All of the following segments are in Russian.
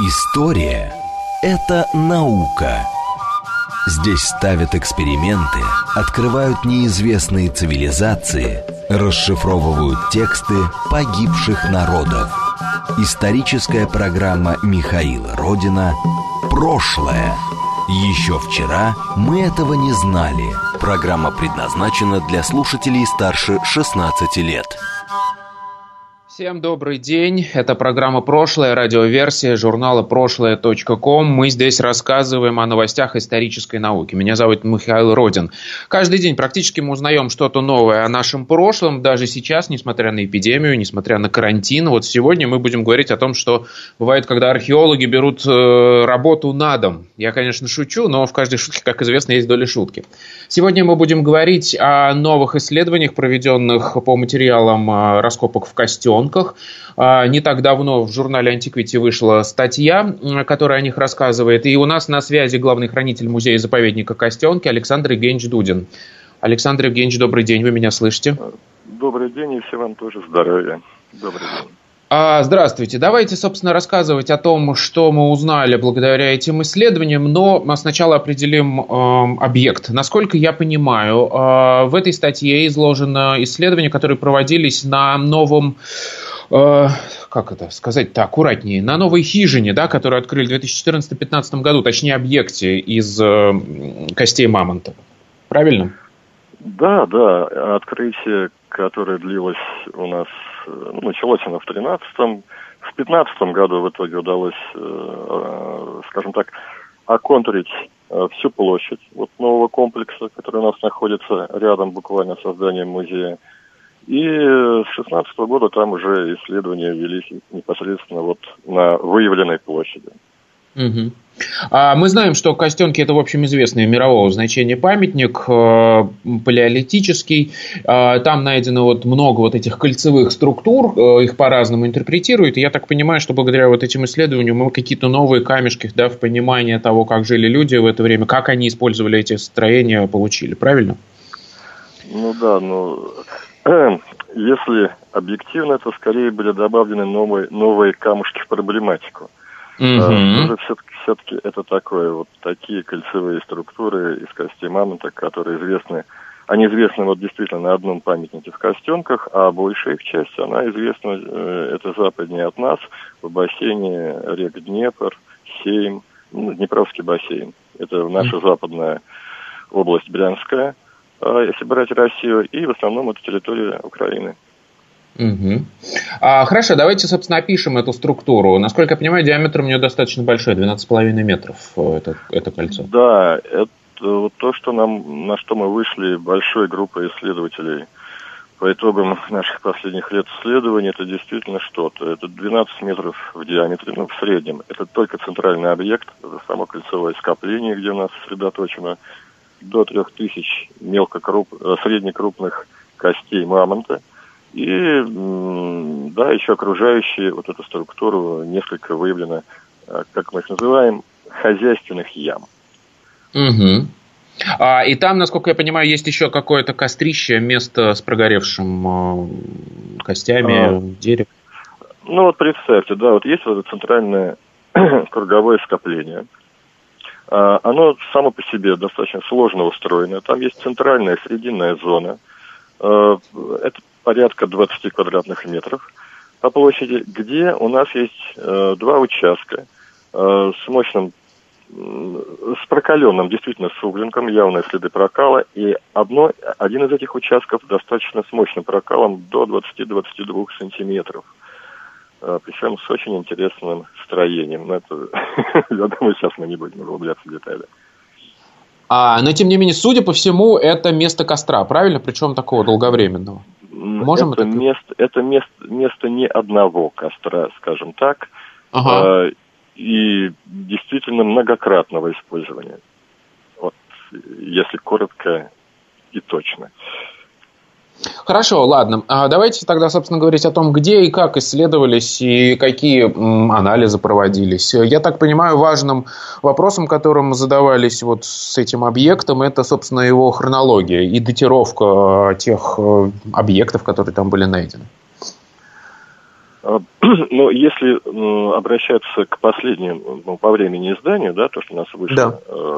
История – это наука. Здесь ставят эксперименты, открывают неизвестные цивилизации, расшифровывают тексты погибших народов. Историческая программа Михаила Родина «Прошлое». Еще вчера мы этого не знали. Программа предназначена для слушателей старше 16 лет. Всем добрый день. Это программа «Прошлое», радиоверсия журнала прошлое.ком. Мы здесь рассказываем о новостях исторической науки. Меня зовут Михаил Родин. Каждый день практически мы узнаем что-то новое о нашем прошлом. Даже сейчас, несмотря на эпидемию, несмотря на карантин. Вот сегодня мы будем говорить о том, что бывает, когда археологи берут работу на дом. Я, конечно, шучу, но в каждой шутке, как известно, есть доля шутки. Сегодня мы будем говорить о новых исследованиях, проведенных по материалам раскопок в Костенках. Не так давно в журнале Antiquity вышла статья, которая о них рассказывает. И у нас на связи главный хранитель музея-заповедника Костенки Александр Евгеньевич Дудин. Александр Евгеньевич, добрый день, вы меня слышите? Добрый день, и всем вам тоже здоровья. Добрый день. Здравствуйте. Давайте, собственно, рассказывать о том, что мы узнали благодаря этим исследованиям, но сначала определим объект. Насколько я понимаю, в этой статье изложено исследования, которые проводились на новом, как это сказать-то аккуратнее, на новой хижине, да, которую открыли в 2014-2015 году, точнее, объекте из костей мамонта. Правильно? Да, открытие, которое длилось у нас, началось оно в 2013-м. В 2015 году в итоге удалось, скажем так, оконтурить всю площадь нового комплекса, который у нас находится рядом буквально с созданием музея. И с 2016 года там уже исследования велись непосредственно на выявленной площади. Угу. Мы знаем, что Костенки – это, в общем, известный мирового значения памятник, палеолитический. Там найдено много этих кольцевых структур, их по-разному интерпретируют. И я так понимаю, что благодаря этим исследованиям мы какие-то новые камешки, в понимание того, как жили люди в это время, как они использовали эти строения, получили. Правильно? Если объективно, то скорее были добавлены новые камушки в проблематику. Все-таки это такие кольцевые структуры из костей мамонта, которые известны. Они известны действительно на одном памятнике в Костенках, а большая их часть, она известна, это западнее от нас, в бассейне рек Днепр, Сейм, Днепровский бассейн. Это наша западная область Брянская, если брать Россию, и в основном это территория Украины. Угу. Хорошо, давайте, собственно, опишем эту структуру. Насколько я понимаю, диаметр у нее достаточно большой, 12,5 метров это кольцо. Да, это то, на что мы вышли большой группой исследователей по итогам наших последних лет исследований. Это действительно что-то. Это 12 метров в диаметре, в среднем. Это только центральный объект, это само кольцевое скопление, где у нас сосредоточено до 3000 среднекрупных костей мамонта. И, еще окружающие эту структуру несколько выявлено, как мы их называем, хозяйственных ям. Угу. И там, насколько я понимаю, есть еще какое-то кострище, место с прогоревшим костями, дерева. Представьте, есть это центральное круговое скопление. Оно само по себе достаточно сложно устроено. Там есть центральная срединная зона. Это порядка 20 квадратных метров по площади, где у нас есть два участка с прокаленным, действительно, суглинком, явные следы прокала, и один из этих участков достаточно с мощным прокалом до 20-22 сантиметров. Причем с очень интересным строением. Но это, я думаю, сейчас мы не будем углубляться в детали. Но, тем не менее, судя по всему, это место костра, правильно? Причем такого долговременного. Это место не одного костра, скажем так, и действительно многократного использования. Если коротко и точно. Хорошо, ладно. Давайте тогда, собственно, говорить о том, где и как исследовались и какие анализы проводились. Я так понимаю, важным вопросом, которым задавались с этим объектом, это, собственно, его хронология и датировка. датировка тех объектов, которые там были найдены. Да, это место, это место не одного костра, скажем так, и действительно многократного использования. Если коротко и точно. Хорошо, ладно. Давайте тогда, собственно, говорить о том, где и как исследовались и какие анализы проводились. Я так понимаю, важным вопросом, которым задавались вот с этим объектом, который там были найдены. Но если обращаться к последнему по времени изданию, да, то, что у нас вышло,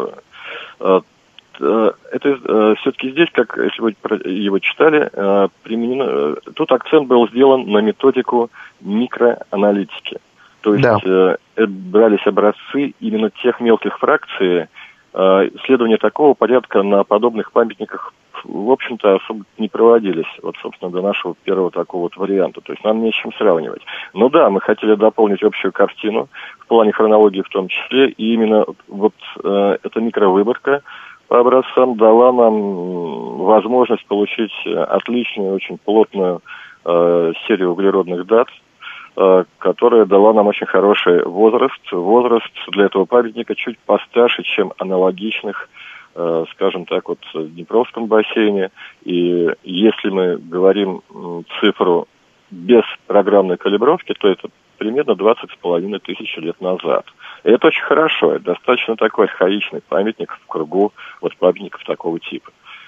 это все-таки здесь, как если вы его читали, применено, тут акцент был сделан на методику микроаналитики. То есть брались образцы именно тех мелких фракций, исследования такого порядка на подобных памятниках, в общем-то, особо не проводились, вот, собственно, до нашего первого такого вот варианта. То есть нам не с чем сравнивать. Но да, мы хотели дополнить общую картину, в плане хронологии в том числе, и именно вот эта микровыборка по образцам дала нам возможность получить отличную, очень плотную серию углеродных дат, которая дала нам очень хороший возраст. Возраст для этого памятника чуть постарше, чем аналогичных, скажем так, вот в Днепровском бассейне. И если мы говорим цифру без программной калибровки, то это примерно 20,5 тысяч лет назад. И это очень хорошо. Это достаточно такой архаичный памятник в кругу вот памятников такого типа.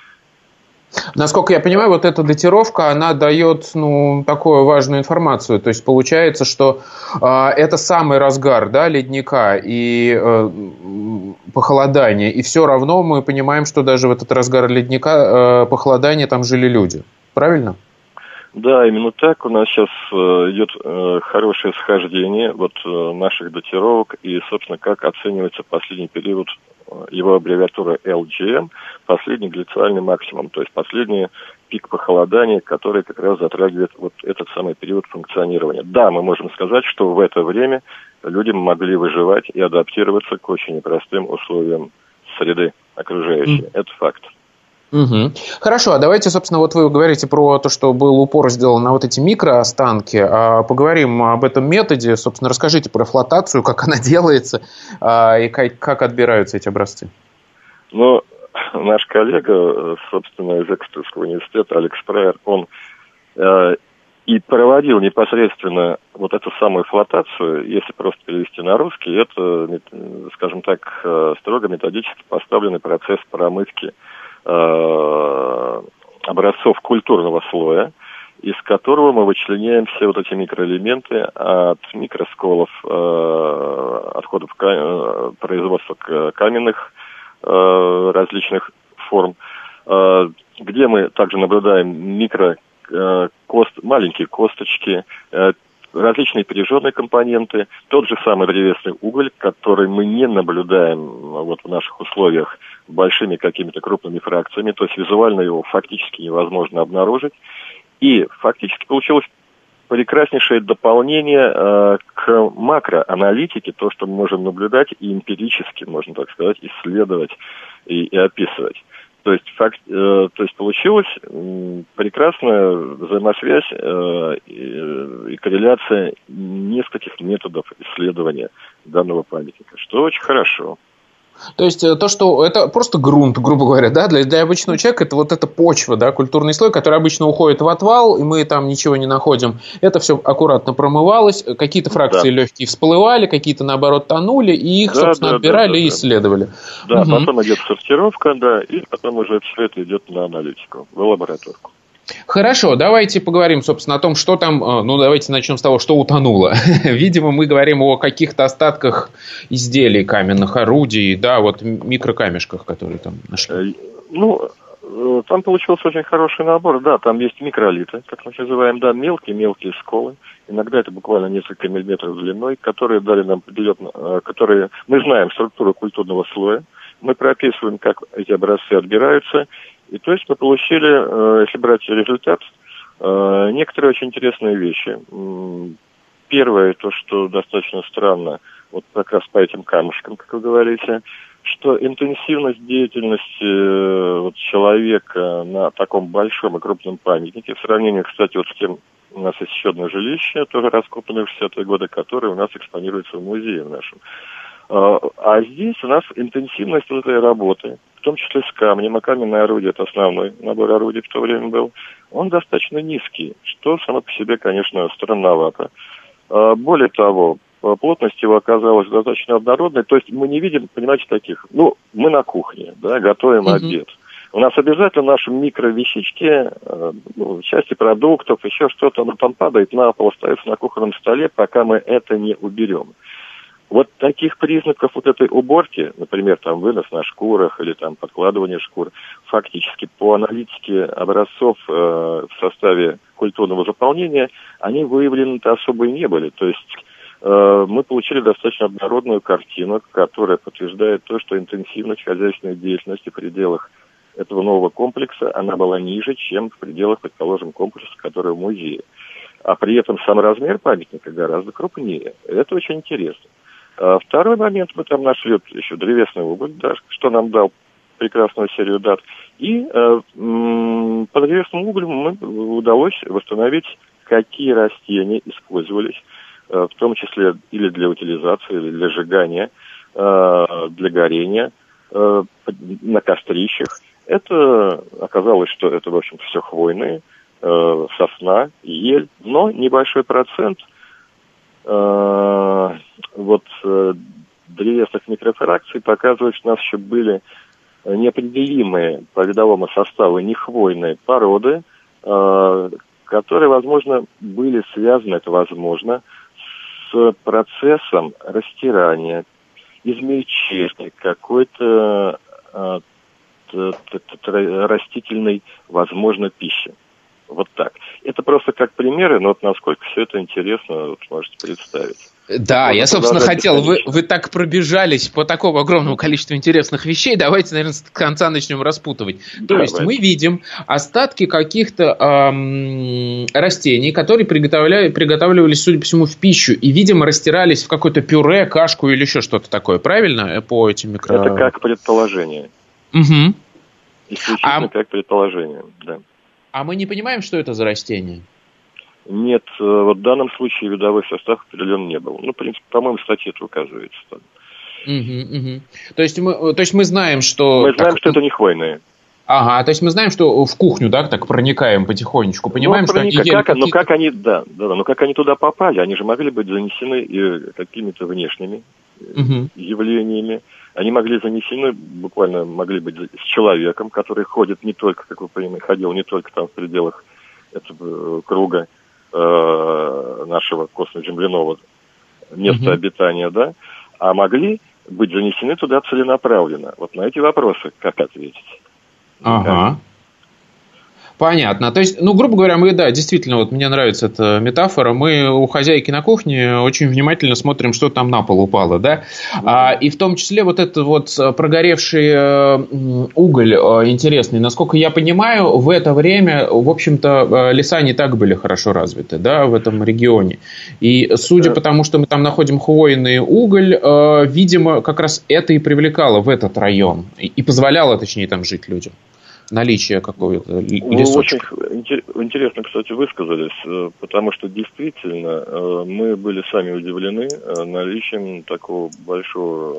Насколько я понимаю, вот эта датировка, она дает, такую важную информацию. То есть получается, что это самый разгар, да, ледника и похолодания. И все равно мы понимаем, что даже в этот разгар ледника, похолодания, там жили люди. Правильно? Да, именно так. У нас сейчас идет хорошее схождение вот наших датировок и, собственно, как оценивается последний период, его аббревиатура LGM, последний глициальный максимум, то есть последний пик похолодания, который как раз затрагивает вот этот самый период функционирования. Да, мы можем сказать, что в это время люди могли выживать и адаптироваться к очень непростым условиям среды окружающей. Это факт. Угу. Хорошо, а давайте, собственно, вот вы говорите про то, что был упор сделан на вот эти микроостанки. Поговорим об этом методе. Собственно, расскажите про флотацию, как она делается и как отбираются эти образцы. Ну, наш коллега, собственно, из Экстерского университета, Алекс Прайер, он и проводил непосредственно вот эту самую флотацию, если просто перевести на русский, это, скажем так, строго методически поставленный процесс промывки образцов культурного слоя, из которого мы вычленяем все вот эти микроэлементы от микросколов, отходов производства каменных различных форм, где мы также наблюдаем маленькие косточки, различные пережженные компоненты, тот же самый древесный уголь, который мы не наблюдаем вот в наших условиях большими какими-то крупными фракциями, то есть визуально его фактически невозможно обнаружить. И фактически получилось прекраснейшее дополнение к макроаналитике, то, что мы можем наблюдать и эмпирически, можно так сказать, исследовать и описывать. То есть получилась прекрасная взаимосвязь и корреляция нескольких методов исследования данного памятника, что очень хорошо. То есть то, что это просто грунт, грубо говоря, да, для обычного человека это вот эта почва, да, культурный слой, который обычно уходит в отвал, и мы там ничего не находим. Это все аккуратно промывалось, какие-то фракции легкие всплывали, какие-то наоборот тонули, и их, собственно, отбирали и исследовали. Да, потом идет сортировка, да, и потом уже все это идет на аналитику, в лабораторку. Хорошо, давайте поговорим, собственно, о том, что там, давайте начнем с того, что утонуло. Видимо, мы говорим о каких-то остатках изделий, каменных орудий, да, вот микрокамешках, которые там нашли. Там получился очень хороший набор, да, там есть микролиты, как мы называем, да, мелкие сколы, иногда это буквально несколько миллиметров длиной, которые дали нам которые, мы знаем структуру культурного слоя, мы прописываем, как эти образцы отбираются. И то есть мы получили, если брать результат, некоторые очень интересные вещи. Первое, то, что достаточно странно, вот как раз по этим камушкам, как вы говорите, что интенсивность деятельности вот человека на таком большом и крупном памятнике, в сравнении, кстати, вот с тем, у нас есть еще одно жилище, тоже раскопанное в 60-е годы, которое у нас экспонируется в музее в нашем. А здесь у нас интенсивность вот этой работы, в том числе с камнем, а каменное орудие, это основной набор орудий в то время был, он достаточно низкий, что само по себе, конечно, странновато. Более того, плотность его оказалась достаточно однородной, то есть мы не видим, понимаете, таких, мы на кухне, да, готовим обед. У нас обязательно наши микровещички, части продуктов, еще что-то, оно там падает на пол, остается на кухонном столе, пока мы это не уберем. Вот таких признаков вот этой уборки, например, там вынос на шкурах или там подкладывание шкур, фактически по аналитике образцов в составе культурного заполнения, они выявлены-то особо и не были. То есть мы получили достаточно однородную картину, которая подтверждает то, что интенсивность хозяйственной деятельности в пределах этого нового комплекса, она была ниже, чем в пределах, предположим, комплекса, который в музее. А при этом сам размер памятника гораздо крупнее. Это очень интересно. Второй момент, мы там нашли еще древесный уголь, да, что нам дал прекрасную серию дат. И по древесному углю мы удалось восстановить, какие растения использовались, в том числе или для утилизации, или для сжигания, для горения, на кострищах. Это оказалось, что это, в общем-то, все хвойные, сосна, ель, но небольшой процент древесных микрофракций показывает, что у нас еще были неопределимые по видовому составу нехвойные породы, которые, возможно, были связаны, это возможно, с процессом растирания, измельчения какой-то растительной, возможно, пищи. Вот так. Это просто как примеры, но вот насколько все это интересно, вот можете представить. Да, я, собственно, хотел. Вы так пробежались по такому огромному количеству интересных вещей. Давайте, наверное, с конца начнем распутывать. То есть мы видим остатки каких-то растений, которые приготавливались, судя по всему, в пищу. И, видимо, растирались в какое-то пюре, кашку или еще что-то такое. Правильно? По этим Это как предположение. Угу. Исключительно как предположение, да. А мы не понимаем, что это за растение? Нет, вот в данном случае видовой состав определен не был. Ну, в принципе, по-моему, в статье это указывается. То есть мы знаем, что... Мы знаем, что это не хвойные. Ага, то есть мы знаем, что в кухню, да, так проникаем потихонечку, понимаем, что они ели как они туда попали? Они же могли быть занесены и какими-то внешними явлениями. Они могли занесены, буквально могли быть с человеком, который ходит не только, как вы понимаете, ходил не только там в пределах этого круга нашего костно-земляного места обитания, да, а могли быть занесены туда целенаправленно. Вот на эти вопросы как ответить? Ага. Понятно. То есть, грубо говоря, мы, да, действительно, вот мне нравится эта метафора, мы у хозяйки на кухне очень внимательно смотрим, что там на пол упало, да, и в том числе вот этот вот прогоревший уголь интересный, насколько я понимаю, в это время, в общем-то, леса не так были хорошо развиты, да, в этом регионе, и судя по тому, что мы там находим хвойный уголь, видимо, как раз это и привлекало в этот район, и позволяло, точнее, там жить людям. Наличие какого-то лесочка. Вы очень интересно, кстати, высказались, потому что действительно мы были сами удивлены наличием такого большого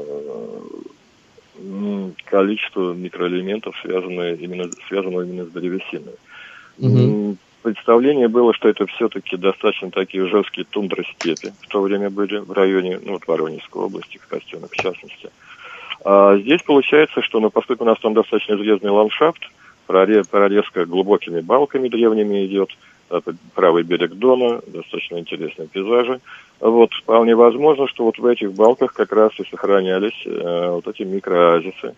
количества микроэлементов, связанного именно с древесиной. Представление было, что это все-таки достаточно такие жесткие тундростепи в то время были в районе, Воронежской области, Костенок в частности. А здесь получается, что, поскольку у нас там достаточно известный ландшафт, прорезка глубокими балками древними идет, правый берег Дона, достаточно интересные пейзажи. Вот, вполне возможно, что вот в этих балках как раз и сохранялись вот эти микрооазисы.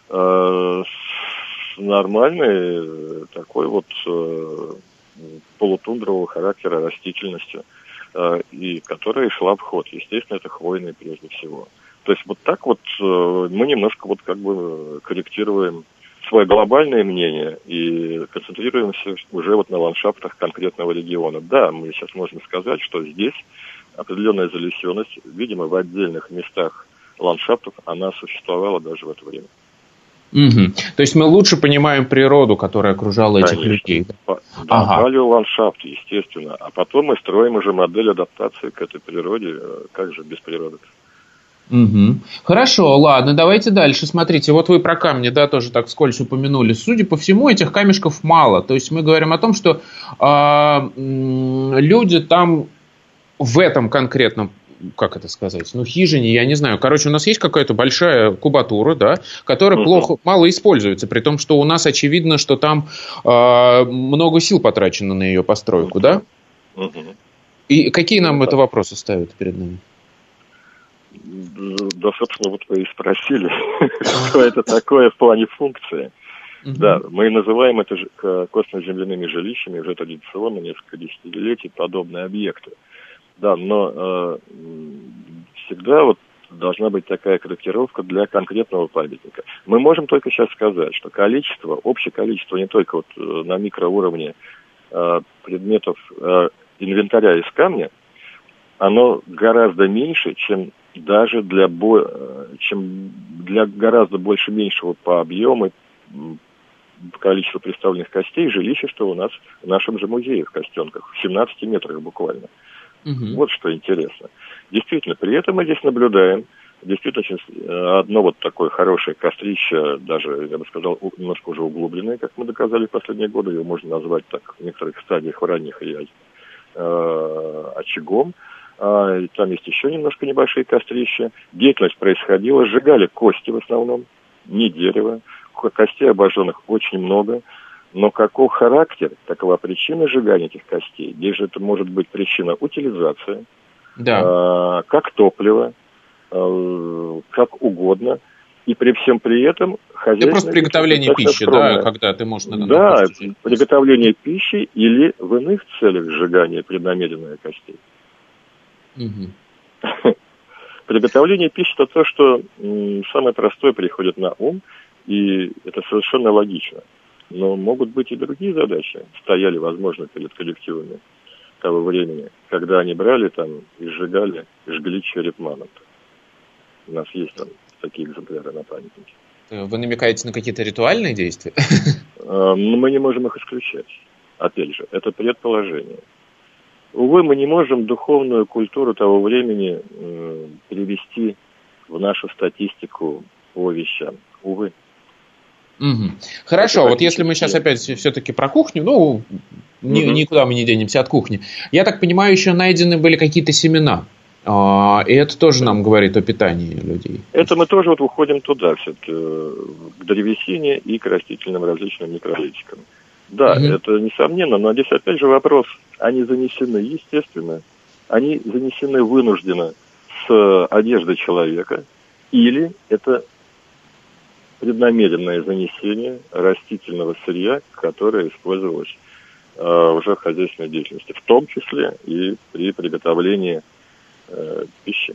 Нормальной такой вот полутундрового характера растительностью, и которая шла в ход. Естественно, это хвойные прежде всего. То есть вот так вот мы немножко вот как бы корректируем свое глобальное мнение и концентрируемся уже вот на ландшафтах конкретного региона. Да, мы сейчас можем сказать, что здесь определенная залесенность, видимо, в отдельных местах ландшафтов, она существовала даже в это время. То есть мы лучше понимаем природу, которая окружала этих людей. Палеоландшафт, естественно. А потом мы строим уже модель адаптации к этой природе. Как же без природы? Хорошо, ладно, давайте дальше. Смотрите, вот вы про камни, да, тоже так вскользь упомянули. Судя по всему, этих камешков мало. То есть мы говорим о том, что люди там в этом конкретном как это сказать, хижине, я не знаю. Короче, у нас есть какая-то большая кубатура, да, которая мало используется, при том, что у нас очевидно, что там много сил потрачено на ее постройку, да? И какие нам это вопросы ставят перед нами? Да, собственно, вот вы и спросили, что это такое в плане функции. Да, мы называем это костно-земляными жилищами уже традиционно несколько десятилетий подобные объекты. Да, но всегда вот должна быть такая корректировка для конкретного памятника. Мы можем только сейчас сказать, что общее количество не только вот на микроуровне предметов инвентаря из камня, оно гораздо меньше, чем даже для гораздо больше меньшего по объему количества представленных костей жилища, что у нас в нашем же музее в Костенках, в 17 метрах буквально. Вот что интересно. Действительно, при этом мы здесь наблюдаем действительно одно вот такое хорошее кострище, даже, я бы сказал, немножко уже углубленное, как мы доказали в последние годы, его можно назвать так в некоторых стадиях ранних и очагом. Там есть еще немножко небольшие кострища. Деятельность происходила, сжигали кости в основном, не дерево. Костей обожженных очень много. Но каков характер, такова причина сжигания этих костей? Здесь же это может быть причина утилизации, как топливо, как угодно. И при всем при этом хозяйственное... Это просто приготовление пищи, да, когда ты можешь... Да, приготовление пищи или в иных целях сжигания преднамеренных костей. Приготовление пищи – это то, что самое простое приходит на ум, и это совершенно логично. Но могут быть и другие задачи, стояли, возможно, перед коллективами того времени, когда они брали там и сжигали, жгли череп мамонта. У нас есть там такие экземпляры на памятнике. Вы намекаете на какие-то ритуальные действия? Мы не можем их исключать. Опять же, это предположение. Увы, мы не можем духовную культуру того времени перевести в нашу статистику по вещам. Увы. Хорошо, вот если мы сейчас опять все-таки про кухню, никуда мы не денемся от кухни. Я так понимаю, еще найдены были какие-то семена. И это тоже нам говорит о питании людей. Это мы тоже вот уходим туда, все-таки, к древесине и к растительным различным микролитикам. Да, это несомненно, но здесь опять же вопрос, они занесены естественно, они занесены вынужденно с одежды человека, или это преднамеренное занесение растительного сырья, которое использовалось уже в хозяйственной деятельности, в том числе и при приготовлении пищи.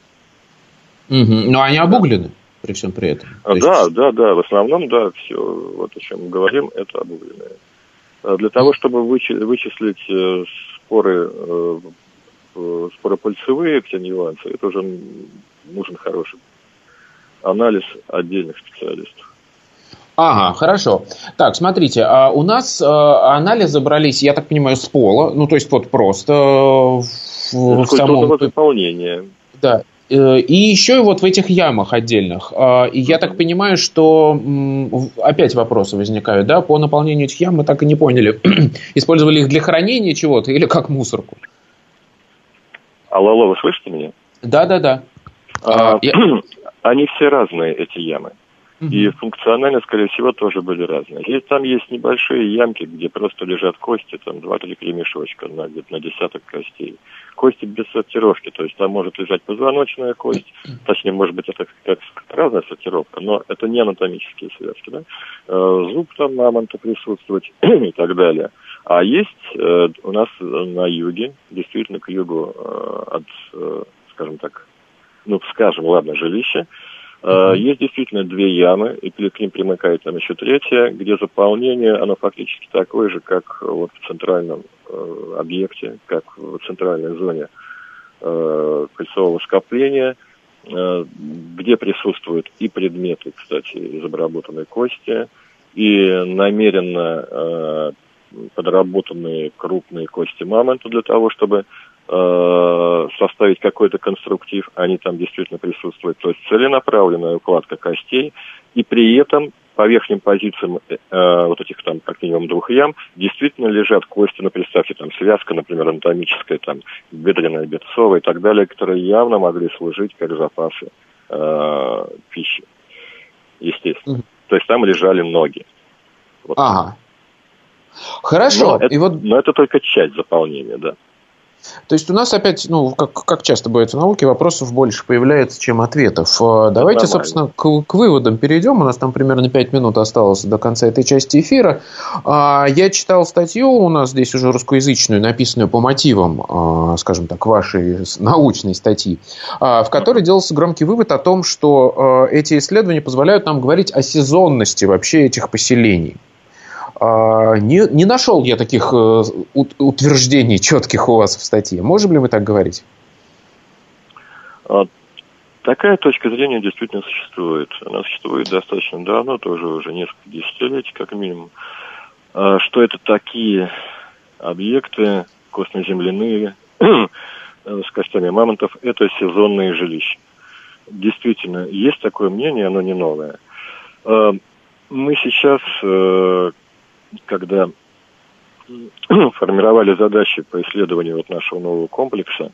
Но они обуглены при всем при этом? Да, в основном, да, все, вот о чем мы говорим, это обугленное. Для того, чтобы вычислить споры пыльцевые, все нюансы, это уже нужен хороший анализ отдельных специалистов. Ага, хорошо. Так, смотрите, у нас анализы брались, я так понимаю, с пола, то есть вот просто в самом... заполнения. Да. И еще вот в этих ямах отдельных. И я так понимаю, что опять вопросы возникают, да? По наполнению этих ям мы так и не поняли. Использовали их для хранения чего-то или как мусорку? Алло, вы слышите меня? Да. Они все разные, эти ямы. И функционально, скорее всего, тоже были разные. Там есть небольшие ямки, где просто лежат кости, там 2-3 кремешочка где-то на десяток костей. Кости без сортировки, то есть там может лежать позвоночная кость, точнее, может быть, это как разная сортировка, но это не анатомические связки, да? Зуб там мамонта присутствовать и так далее. А есть у нас на юге, действительно к югу от, скажем так, жилища, есть действительно 2 ямы, и к ним примыкает там еще 3, где заполнение, оно фактически такое же, как вот в центральном объекте, как в центральной зоне кольцевого скопления, где присутствуют и предметы, кстати, из обработанной кости, и намеренно подработанные крупные кости мамонта для того, чтобы составить какой-то конструктив, они там действительно присутствуют. То есть целенаправленная укладка костей, и при этом по верхним позициям вот этих там как минимум 2 ям действительно лежат кости, ну, представьте, там связка, например, анатомическая, там бедренная, берцовая и так далее, которые явно могли служить как запасы пищи, естественно. То есть там лежали ноги. Вот. Ага. Хорошо. Но это только часть заполнения, да. То есть у нас опять, как часто бывает в науке, вопросов больше появляется, чем ответов. Давайте, собственно, к выводам перейдем. У нас там примерно 5 минут осталось до конца этой части эфира. Я читал статью у нас здесь уже русскоязычную, написанную по мотивам, скажем так, вашей научной статьи, в которой делался громкий вывод о том, что эти исследования позволяют нам говорить о сезонности вообще этих поселений. Не нашел я таких утверждений четких у вас в статье. Можем ли мы так говорить? Такая точка зрения действительно существует. Она существует достаточно давно, тоже уже несколько десятилетий, как минимум. Что это такие объекты костно-земляные с костями мамонтов, это сезонные жилища. Действительно, есть такое мнение, оно не новое. Мы сейчас, когда формировали задачи по исследованию вот нашего нового комплекса,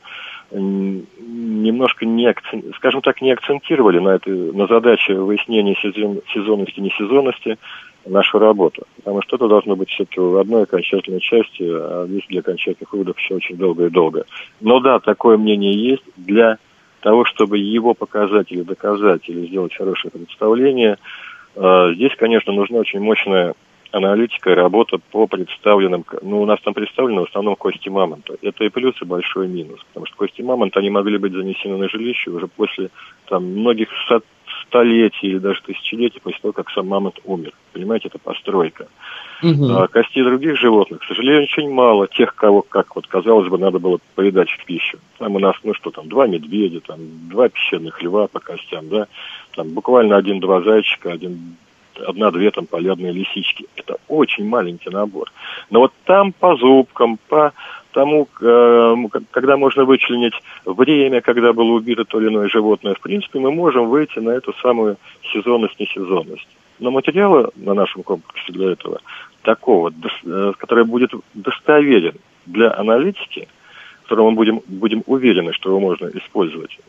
немножко не акцентировали на задачи выяснения сезонности, несезонности нашу работу. Потому что это должно быть все-таки в одной окончательной части, а здесь для окончательных выводов еще очень долго и долго. Но да, такое мнение есть. Для того, чтобы его показать или доказать, или сделать хорошее представление, здесь, конечно, нужна очень мощная аналитика и работа по представленным... у нас там представлены в основном кости мамонта. Это и плюс, и большой минус. Потому что кости мамонта, они могли быть занесены на жилище уже после многих столетий или даже тысячелетий после того, как сам мамонт умер. Понимаете, это постройка. Костей других животных, к сожалению, очень мало. Тех, кого, казалось бы, надо было поедать в пищу. Там у нас, 2 медведя, 2 пещерных льва по костям, да. Там буквально 1-2 зайчика, 1-2 полярные лисички. Это очень маленький набор. Но вот там по зубкам, по тому, когда можно вычленить время, когда было убито то или иное животное, в принципе, мы можем выйти на эту самую сезонность-несезонность. Но материала на нашем комплексе для этого такого, который будет достоверен для аналитики, который мы будем уверены, что его можно использовать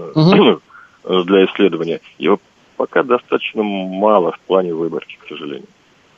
для исследования, его пока достаточно мало в плане выборки, к сожалению.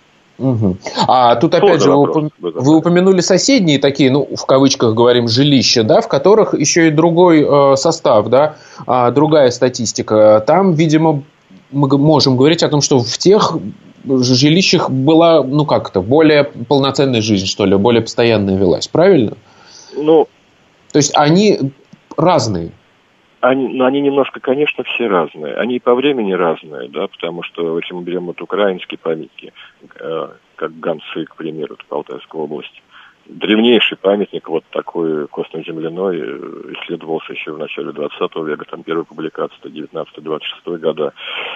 А тут опять же вы упомянули соседние такие, в кавычках говорим, жилища, да, в которых еще и другой состав, да, другая статистика. Там, видимо, мы можем говорить о том, что в тех жилищах была, более полноценная жизнь, что ли, более постоянная велась, правильно? То есть они разные. Они немножко, конечно, все разные. Они и по времени разные, да, потому что, если мы берем украинские памятники, как Ганцы, к примеру, это Алтайская область, древнейший памятник, такой костно-земляной, исследовался еще в начале 20 века, там первая публикация, 19-26 года.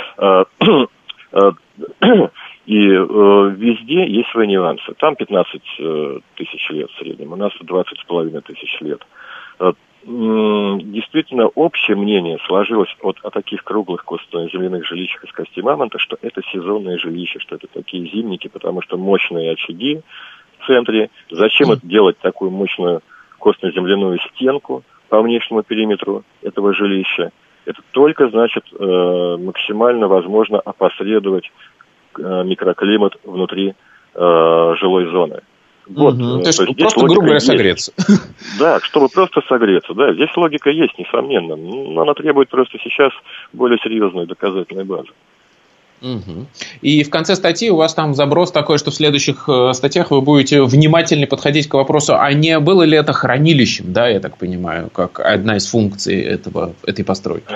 И везде есть свои нюансы. Там 15 тысяч лет в среднем, у нас 20,5 тысяч лет. Действительно, общее мнение сложилось о таких круглых костно-земляных жилищах из костей мамонта, что это сезонные жилища, что это такие зимники, потому что мощные очаги в центре. Зачем делать такую мощную костно-земляную стенку по внешнему периметру этого жилища? Это только, значит, максимально возможно опосредовать микроклимат внутри жилой зоны. То есть просто, грубо говоря, согреться. Да, чтобы просто согреться. Да, здесь логика есть, несомненно. Но она требует просто сейчас более серьезной доказательной базы. И в конце статьи у вас там заброс такой, что в следующих статьях вы будете внимательнее подходить к вопросу, а не было ли это хранилищем, да, я так понимаю, как одна из функций этой постройки.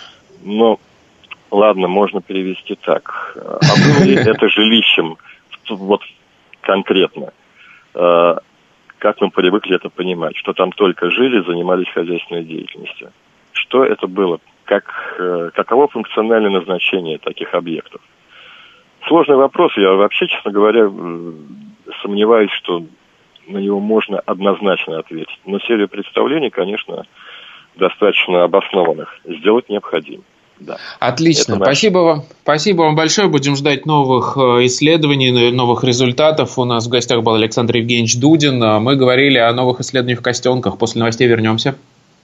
Ладно, можно перевести так. А было ли это жилищем конкретно? Как мы привыкли это понимать, что там только жили, занимались хозяйственной деятельностью. Что это было? Каково функциональное назначение таких объектов? Сложный вопрос. Я вообще, честно говоря, сомневаюсь, что на него можно однозначно ответить. Но серию представлений, конечно, достаточно обоснованных сделать необходимо. Да. Отлично. Спасибо вам. Спасибо вам большое. Будем ждать новых исследований, новых результатов. У нас в гостях был Александр Евгеньевич Дудин. Мы говорили о новых исследованиях в Костенках. После новостей вернемся.